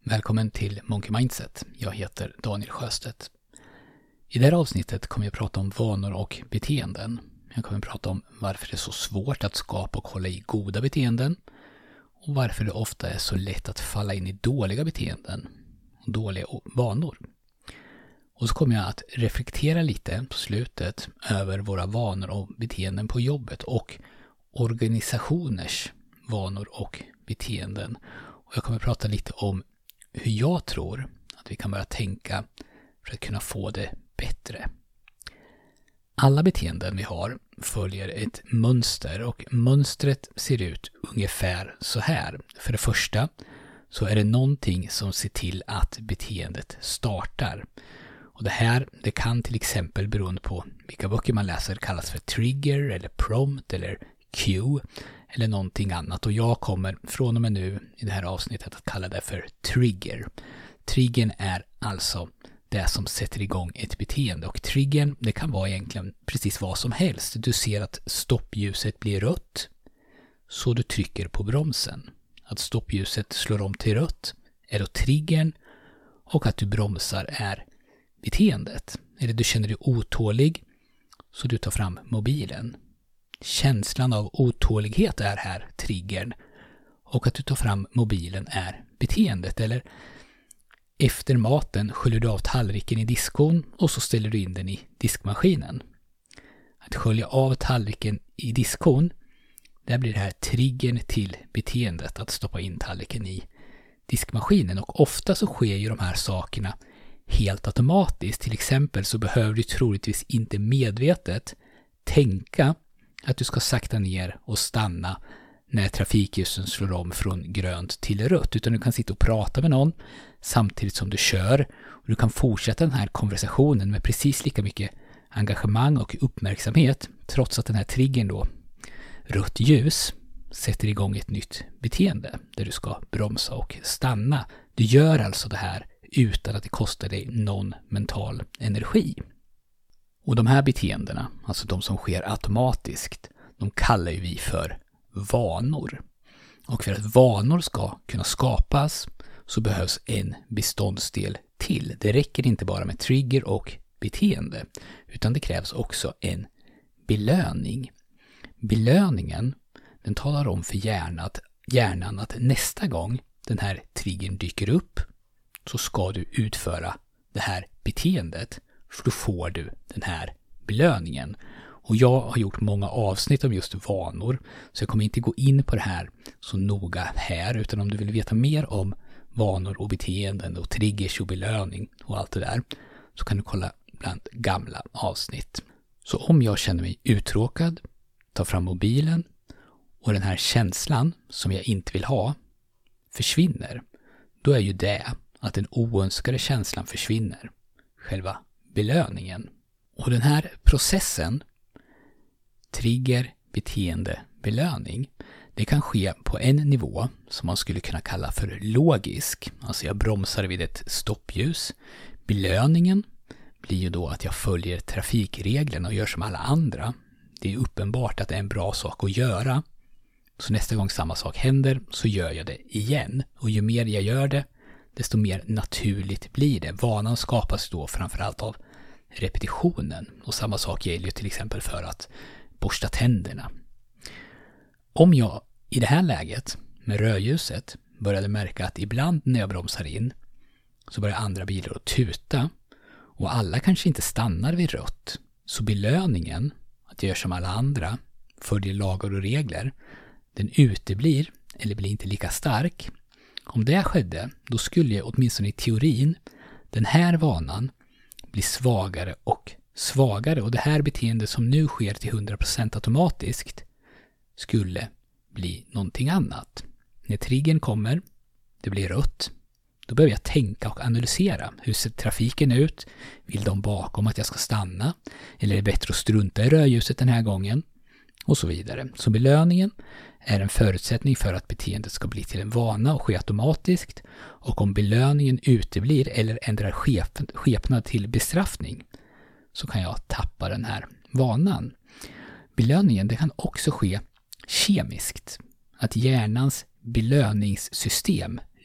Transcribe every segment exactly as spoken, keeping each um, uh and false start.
Välkommen till Monkey Mindset. Jag heter Daniel Sjöstedt. I det här avsnittet kommer jag prata om vanor och beteenden. Jag kommer prata om varför det är så svårt att skapa och hålla i goda beteenden och varför det ofta är så lätt att falla in i dåliga beteenden och dåliga vanor. Och så kommer jag att reflektera lite på slutet över våra vanor och beteenden på jobbet och organisationers vanor och beteenden. Och jag kommer prata lite om hur jag tror att vi kan börja tänka för att kunna få det bättre. Alla beteenden vi har följer ett mönster och mönstret ser ut ungefär så här. För det första så är det någonting som ser till att beteendet startar. Och det här det kan till exempel beroende på vilka böcker man läser kallas för trigger eller prompt eller cue eller någonting annat. Och jag kommer från och med nu i det här avsnittet att kalla det för trigger. Triggern är alltså det som sätter igång ett beteende. Och triggern det kan vara egentligen precis vad som helst. Du ser att stoppljuset blir rött så du trycker på bromsen. Att stoppljuset slår om till rött är då triggern och att du bromsar är beteendet. Eller du känner dig otålig så du tar fram mobilen. Känslan av otålighet är här triggern och att du tar fram mobilen är beteendet. Eller efter maten sköljer du av tallriken i diskon och så ställer du in den i diskmaskinen. Att skölja av tallriken i diskon, där blir det här triggern till beteendet att stoppa in tallriken i diskmaskinen. Och ofta så sker ju de här sakerna helt automatiskt. Till exempel så behöver du troligtvis inte medvetet tänka att du ska sakta ner och stanna när trafikljusen slår om från grönt till rött. Utan du kan sitta och prata med någon samtidigt som du kör. Och du kan fortsätta den här konversationen med precis lika mycket engagemang och uppmärksamhet. Trots att den här triggern då, rött ljus, sätter igång ett nytt beteende. Där du ska bromsa och stanna. Du gör alltså det här utan att det kostar dig någon mental energi. Och de här beteendena, alltså de som sker automatiskt, de kallar vi för vanor. Och för att vanor ska kunna skapas så behövs en beståndsdel till. Det räcker inte bara med trigger och beteende, utan det krävs också en belöning. Belöningen, den talar om för hjärnan, hjärnan att nästa gång den här triggern dyker upp så ska du utföra det här beteendet. För då får du den här belöningen. Och jag har gjort många avsnitt om just vanor. Så jag kommer inte gå in på det här så noga här. Utan om du vill veta mer om vanor och beteenden och triggers och belöning och allt det där. Så kan du kolla bland gamla avsnitt. Så om jag känner mig uttråkad, tar fram mobilen och den här känslan som jag inte vill ha försvinner. Då är ju det att den oönskade känslan försvinner. Själva belöningen. Och den här processen, trigger, beteende, belöning, det kan ske på en nivå som man skulle kunna kalla för logisk. Alltså jag bromsar vid ett stoppljus. Belöningen blir ju då att jag följer trafikreglerna och gör som alla andra. Det är uppenbart att det är en bra sak att göra. Så nästa gång samma sak händer så gör jag det igen. Och ju mer jag gör det, desto mer naturligt blir det. Vanan skapas då framförallt av repetitionen. Och samma sak gäller ju till exempel för att borsta tänderna. Om jag i det här läget med rödljuset började märka att ibland när jag bromsar in så börjar andra bilar att tuta och alla kanske inte stannar vid rött. Så belöningen, att jag gör som alla andra, följer lagar och regler, den uteblir eller blir inte lika stark. Om det skedde, då skulle åtminstone i teorin den här vanan bli svagare och svagare. Och det här beteendet som nu sker till hundra procent automatiskt skulle bli någonting annat. När triggern kommer, det blir rött. Då behöver jag tänka och analysera. Hur ser trafiken ut? Vill de bakom att jag ska stanna? Eller är det bättre att strunta i rödljuset den här gången? Och så vidare. Så belöningen är en förutsättning för att beteendet ska bli till en vana och ske automatiskt. Och om belöningen uteblir eller ändrar skep- skepnad till bestraffning så kan jag tappa den här vanan. Belöningen det kan också ske kemiskt. Att hjärnans belöningssystem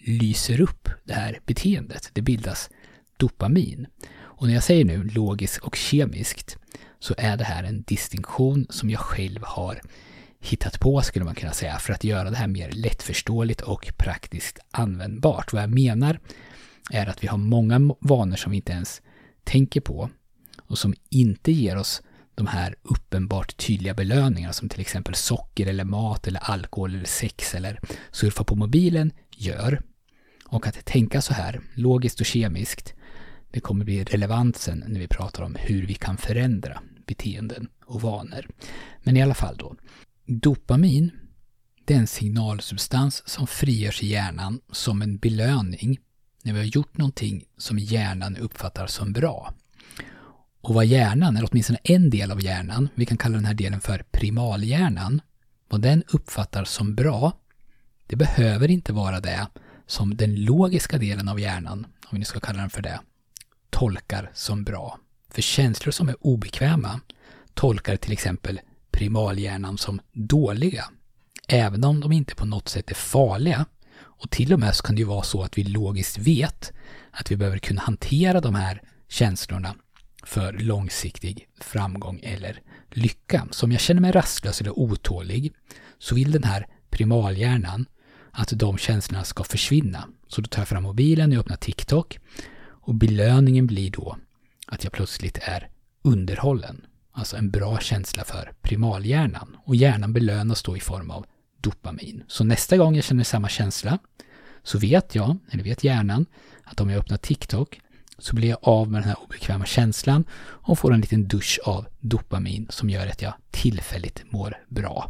lyser upp det här beteendet. Det bildas dopamin. Och när jag säger nu logiskt och kemiskt så är det här en distinktion som jag själv har hittat på, skulle man kunna säga, för att göra det här mer lättförståeligt och praktiskt användbart. Vad jag menar är att vi har många vanor som vi inte ens tänker på och som inte ger oss de här uppenbart tydliga belöningarna som till exempel socker eller mat eller alkohol eller sex eller surfa på mobilen gör. Och att tänka så här logiskt och kemiskt, det kommer bli relevant sen när vi pratar om hur vi kan förändra beteenden och vanor. Men i alla fall då, dopamin, det är en signalsubstans som frigörs i hjärnan som en belöning när vi har gjort någonting som hjärnan uppfattar som bra. Och vad hjärnan, eller åtminstone en del av hjärnan, vi kan kalla den här delen för primalhjärnan, vad den uppfattar som bra, det behöver inte vara det som den logiska delen av hjärnan, om vi nu ska kalla den för det, tolkar som bra. För känslor som är obekväma tolkar till exempel primalhjärnan som dåliga, även om de inte på något sätt är farliga. Och till och med så kan det ju vara så att vi logiskt vet att vi behöver kunna hantera de här känslorna för långsiktig framgång eller lycka. Så om jag känner mig rastlös eller otålig så vill den här primalhjärnan att de känslorna ska försvinna. Så då tar jag fram mobilen och öppnar TikTok och belöningen blir då att jag plötsligt är underhållen. Alltså en bra känsla för primalhjärnan. Och hjärnan belönas då i form av dopamin. Så nästa gång jag känner samma känsla så vet jag, eller vet hjärnan, att om jag öppnar TikTok så blir jag av med den här obekväma känslan och får en liten dusch av dopamin som gör att jag tillfälligt mår bra.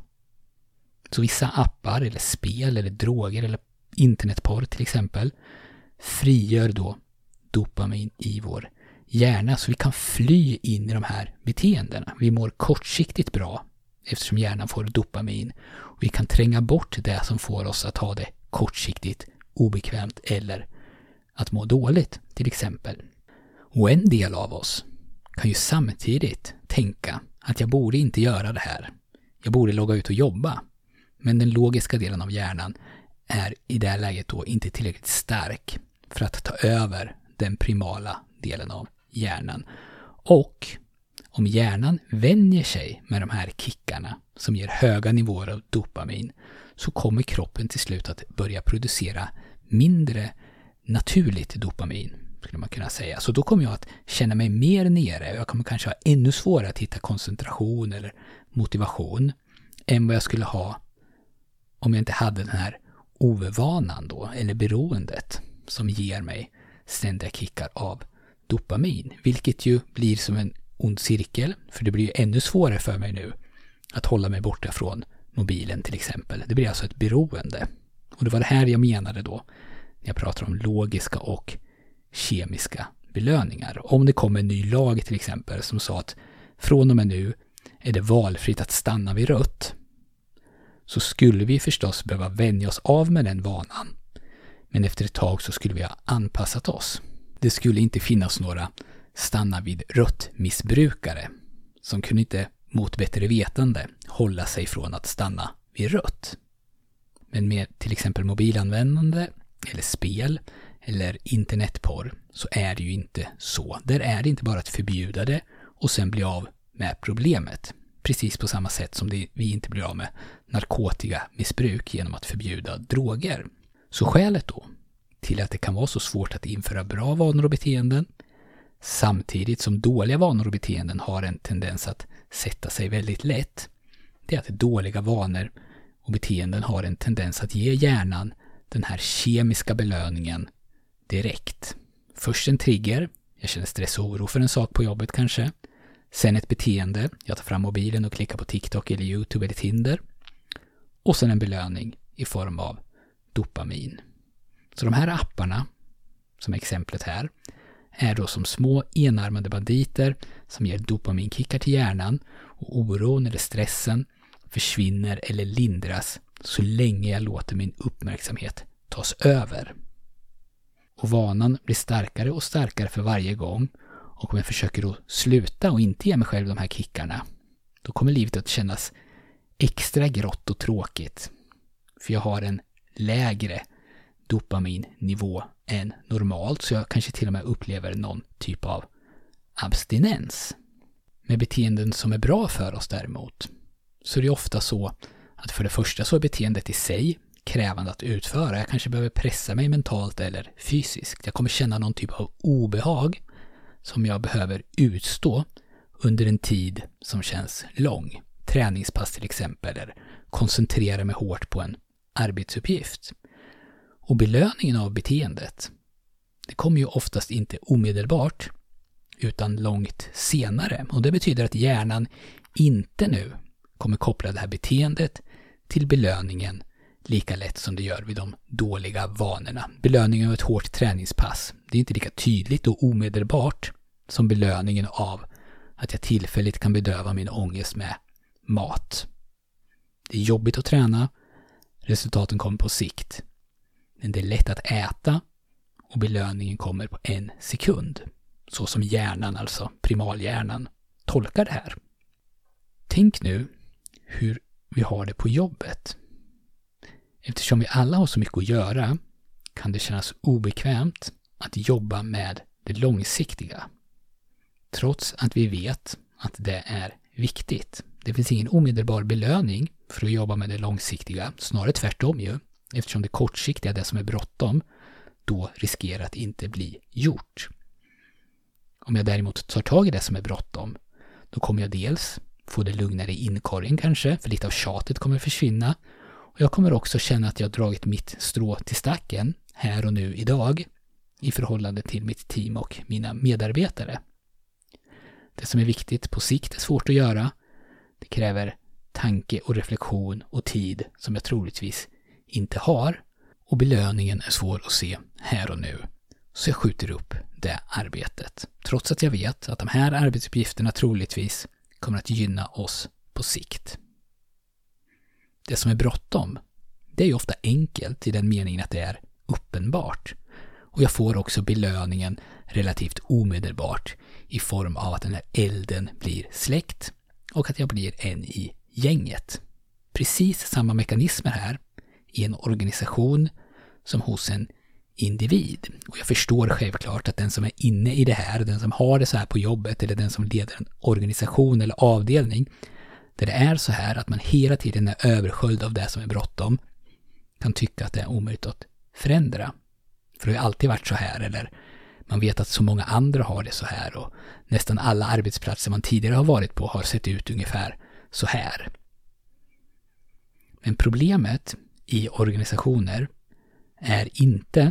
Så vissa appar eller spel eller droger eller internetporr till exempel frigör då dopamin i vår hjärna så vi kan fly in i de här beteendena. Vi mår kortsiktigt bra eftersom hjärnan får dopamin och vi kan tränga bort det som får oss att ha det kortsiktigt obekvämt eller att må dåligt till exempel. Och en del av oss kan ju samtidigt tänka att jag borde inte göra det här. Jag borde logga ut och jobba. Men den logiska delen av hjärnan är i det här läget då inte tillräckligt stark för att ta över den primala delen av hjärnan. Och om hjärnan vänjer sig med de här kickarna som ger höga nivåer av dopamin så kommer kroppen till slut att börja producera mindre naturligt dopamin, skulle man kunna säga. Så då kommer jag att känna mig mer nere. Jag kommer kanske ha ännu svårare att hitta koncentration eller motivation än vad jag skulle ha om jag inte hade den här ovanan då, eller beroendet som ger mig ständiga kickar av dopamin. Vilket ju blir som en ond cirkel, för det blir ju ännu svårare för mig nu att hålla mig borta från mobilen till exempel. Det blir alltså ett beroende. Och det var det här jag menade då när jag pratar om logiska och kemiska belöningar. Om det kommer en ny lag till exempel som sa att från och med nu är det valfritt att stanna vid rött, så skulle vi förstås behöva vänja oss av med den vanan. Men efter ett tag så skulle vi ha anpassat oss. Det skulle inte finnas några stanna vid rött-missbrukare som kunde inte mot bättre vetande hålla sig från att stanna vid rött. Men med till exempel mobilanvändande eller spel eller internetporr så är det ju inte så. Där är det inte bara att förbjuda det och sen bli av med problemet. Precis på samma sätt som det, vi inte blir av med narkotikamissbruk genom att förbjuda droger. Så skälet då till att det kan vara så svårt att införa bra vanor och beteenden samtidigt som dåliga vanor och beteenden har en tendens att sätta sig väldigt lätt, det är att dåliga vanor och beteenden har en tendens att ge hjärnan den här kemiska belöningen direkt. Först en trigger, jag känner stress och oro för en sak på jobbet kanske. Sen ett beteende, jag tar fram mobilen och klickar på TikTok eller YouTube eller Tinder. Och sen en belöning i form av dopamin. Så de här apparna, som exemplet här, är då som små enarmade banditer som ger dopaminkickar till hjärnan och oron eller stressen försvinner eller lindras så länge jag låter min uppmärksamhet tas över. Och vanan blir starkare och starkare för varje gång, och om jag försöker då sluta och inte ge mig själv de här kickarna, då kommer livet att kännas extra grått och tråkigt. För jag har en lägre dopaminnivå än normalt, så jag kanske till och med upplever någon typ av abstinens. Med beteenden som är bra för oss däremot, så är det ofta så att för det första så är beteendet i sig krävande att utföra. Jag kanske behöver pressa mig mentalt eller fysiskt. Jag kommer känna någon typ av obehag som jag behöver utstå under en tid som känns lång. Träningspass till exempel, eller koncentrera mig hårt på en arbetsuppgift. Och belöningen av beteendet, det kommer ju oftast inte omedelbart utan långt senare. Och det betyder att hjärnan inte nu kommer koppla det här beteendet till belöningen lika lätt som det gör vid de dåliga vanorna. Belöningen av ett hårt träningspass, det är inte lika tydligt och omedelbart som belöningen av att jag tillfälligt kan bedöva min ångest med mat. Det är jobbigt att träna, resultaten kommer på sikt. Men det är lätt att äta och belöningen kommer på en sekund. Så som hjärnan, alltså primalhjärnan, tolkar det här. Tänk nu hur vi har det på jobbet. Eftersom vi alla har så mycket att göra kan det kännas obekvämt att jobba med det långsiktiga. Trots att vi vet att det är viktigt. Det finns ingen omedelbar belöning för att jobba med det långsiktiga. Snarare tvärtom ju. Eftersom det kortsiktiga, det som är bråttom, då riskerar att inte bli gjort. Om jag däremot tar tag i det som är bråttom, då kommer jag dels få det lugnare i inkorgen kanske, för lite av tjatet kommer försvinna. Och jag kommer också känna att jag har dragit mitt strå till stacken här och nu idag i förhållande till mitt team och mina medarbetare. Det som är viktigt på sikt är svårt att göra. Det kräver tanke och reflektion och tid som jag troligtvis inte har. Och belöningen är svår att se här och nu. Så jag skjuter upp det arbetet. Trots att jag vet att de här arbetsuppgifterna troligtvis kommer att gynna oss på sikt. Det som är bråttom, det är ju ofta enkelt i den meningen att det är uppenbart. Och jag får också belöningen relativt omedelbart i form av att den här elden blir släckt och att jag blir en i gänget. Precis samma mekanismer här i en organisation som hos en individ. Och jag förstår självklart att den som är inne i det här, den som har det så här på jobbet eller den som leder en organisation eller avdelning där det är så här att man hela tiden är översköljd av det som är bråttom, kan tycka att det är omöjligt att förändra. För det har alltid varit så här, eller man vet att så många andra har det så här och nästan alla arbetsplatser man tidigare har varit på har sett ut ungefär så här. Men problemet i organisationer är inte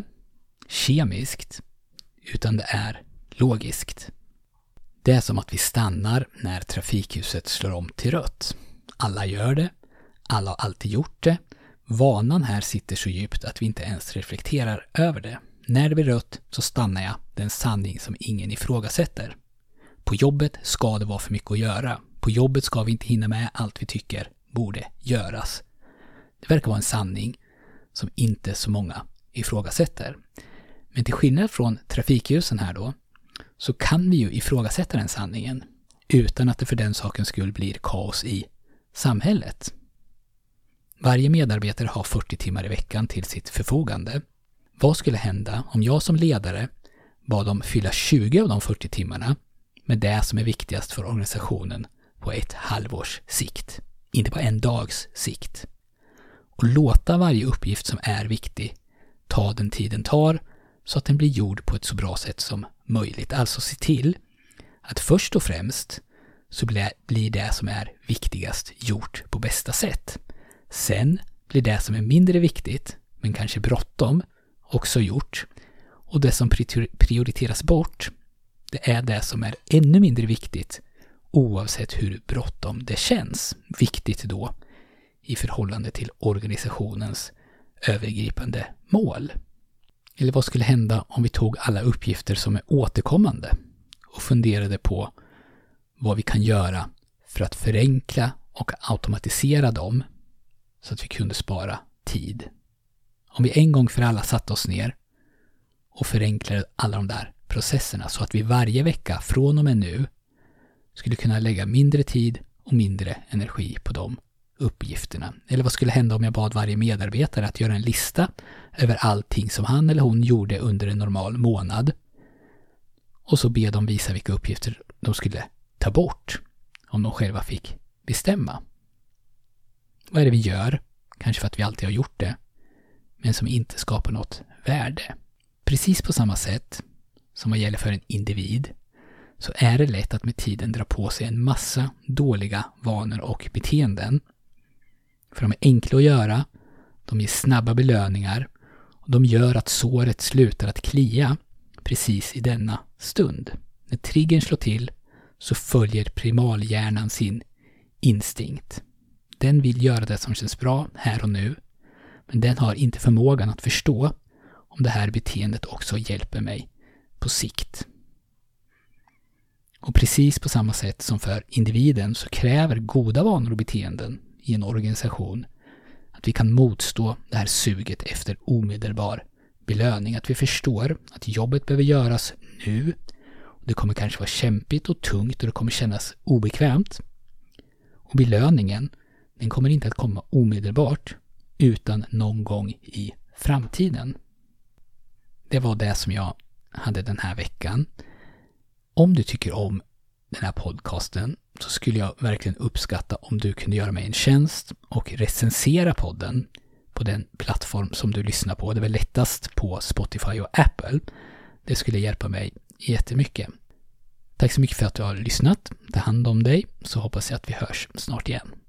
kemiskt utan det är logiskt. Det är som att vi stannar när trafikljuset slår om till rött. Alla gör det, alla har alltid gjort det. Vanan här sitter så djupt att vi inte ens reflekterar över det. När det blir rött så stannar jag, den sanning som ingen ifrågasätter. På jobbet ska det vara för mycket att göra. På jobbet ska vi inte hinna med allt vi tycker borde göras. Det verkar vara en sanning som inte så många ifrågasätter. Men till skillnad från trafikljusen här då, så kan vi ju ifrågasätta den sanningen utan att det för den sakens skull blir kaos i samhället. Varje medarbetare har fyrtio timmar i veckan till sitt förfogande. Vad skulle hända om jag som ledare bad dem fylla tjugo av de fyrtio timmarna med det som är viktigast för organisationen på ett halvårs sikt, inte på en dags sikt. Och låta varje uppgift som är viktig ta den tiden tar så att den blir gjord på ett så bra sätt som möjligt. Alltså se till att först och främst så blir det som är viktigast gjort på bästa sätt. Sen blir det som är mindre viktigt men kanske bråttom också gjort. Och det som prioriteras bort, det är det som är ännu mindre viktigt oavsett hur bråttom det känns. Viktigt då i förhållande till organisationens övergripande mål. Eller vad skulle hända om vi tog alla uppgifter som är återkommande och funderade på vad vi kan göra för att förenkla och automatisera dem så att vi kunde spara tid. Om vi en gång för alla satte oss ner och förenklade alla de där processerna så att vi varje vecka från och med nu skulle kunna lägga mindre tid och mindre energi på de uppgifterna? Eller vad skulle hända om jag bad varje medarbetare att göra en lista över allting som han eller hon gjorde under en normal månad? Och så be dem visa vilka uppgifter de skulle ta bort om de själva fick bestämma. Vad är det vi gör? Kanske för att vi alltid har gjort det, men som inte skapar något värde. Precis på samma sätt som vad gäller för en individ så är det lätt att med tiden dra på sig en massa dåliga vanor och beteenden. För de är enkla att göra, de ger snabba belöningar och de gör att såret slutar att klia precis i denna stund. När triggern slår till så följer primalhjärnan sin instinkt. Den vill göra det som känns bra här och nu, men den har inte förmågan att förstå om det här beteendet också hjälper mig på sikt. Och precis på samma sätt som för individen så kräver goda vanor och beteenden i en organisation att vi kan motstå det här suget efter omedelbar belöning. Att vi förstår att jobbet behöver göras nu. Det kommer kanske vara kämpigt och tungt och det kommer kännas obekvämt. Och belöningen, den kommer inte att komma omedelbart utan någon gång i framtiden. Det var det som jag hade den här veckan. Om du tycker om den här podcasten så skulle jag verkligen uppskatta om du kunde göra mig en tjänst och recensera podden på den plattform som du lyssnar på. Det är väl lättast på Spotify och Apple. Det skulle hjälpa mig jättemycket. Tack så mycket för att du har lyssnat. Ta hand om dig så hoppas jag att vi hörs snart igen.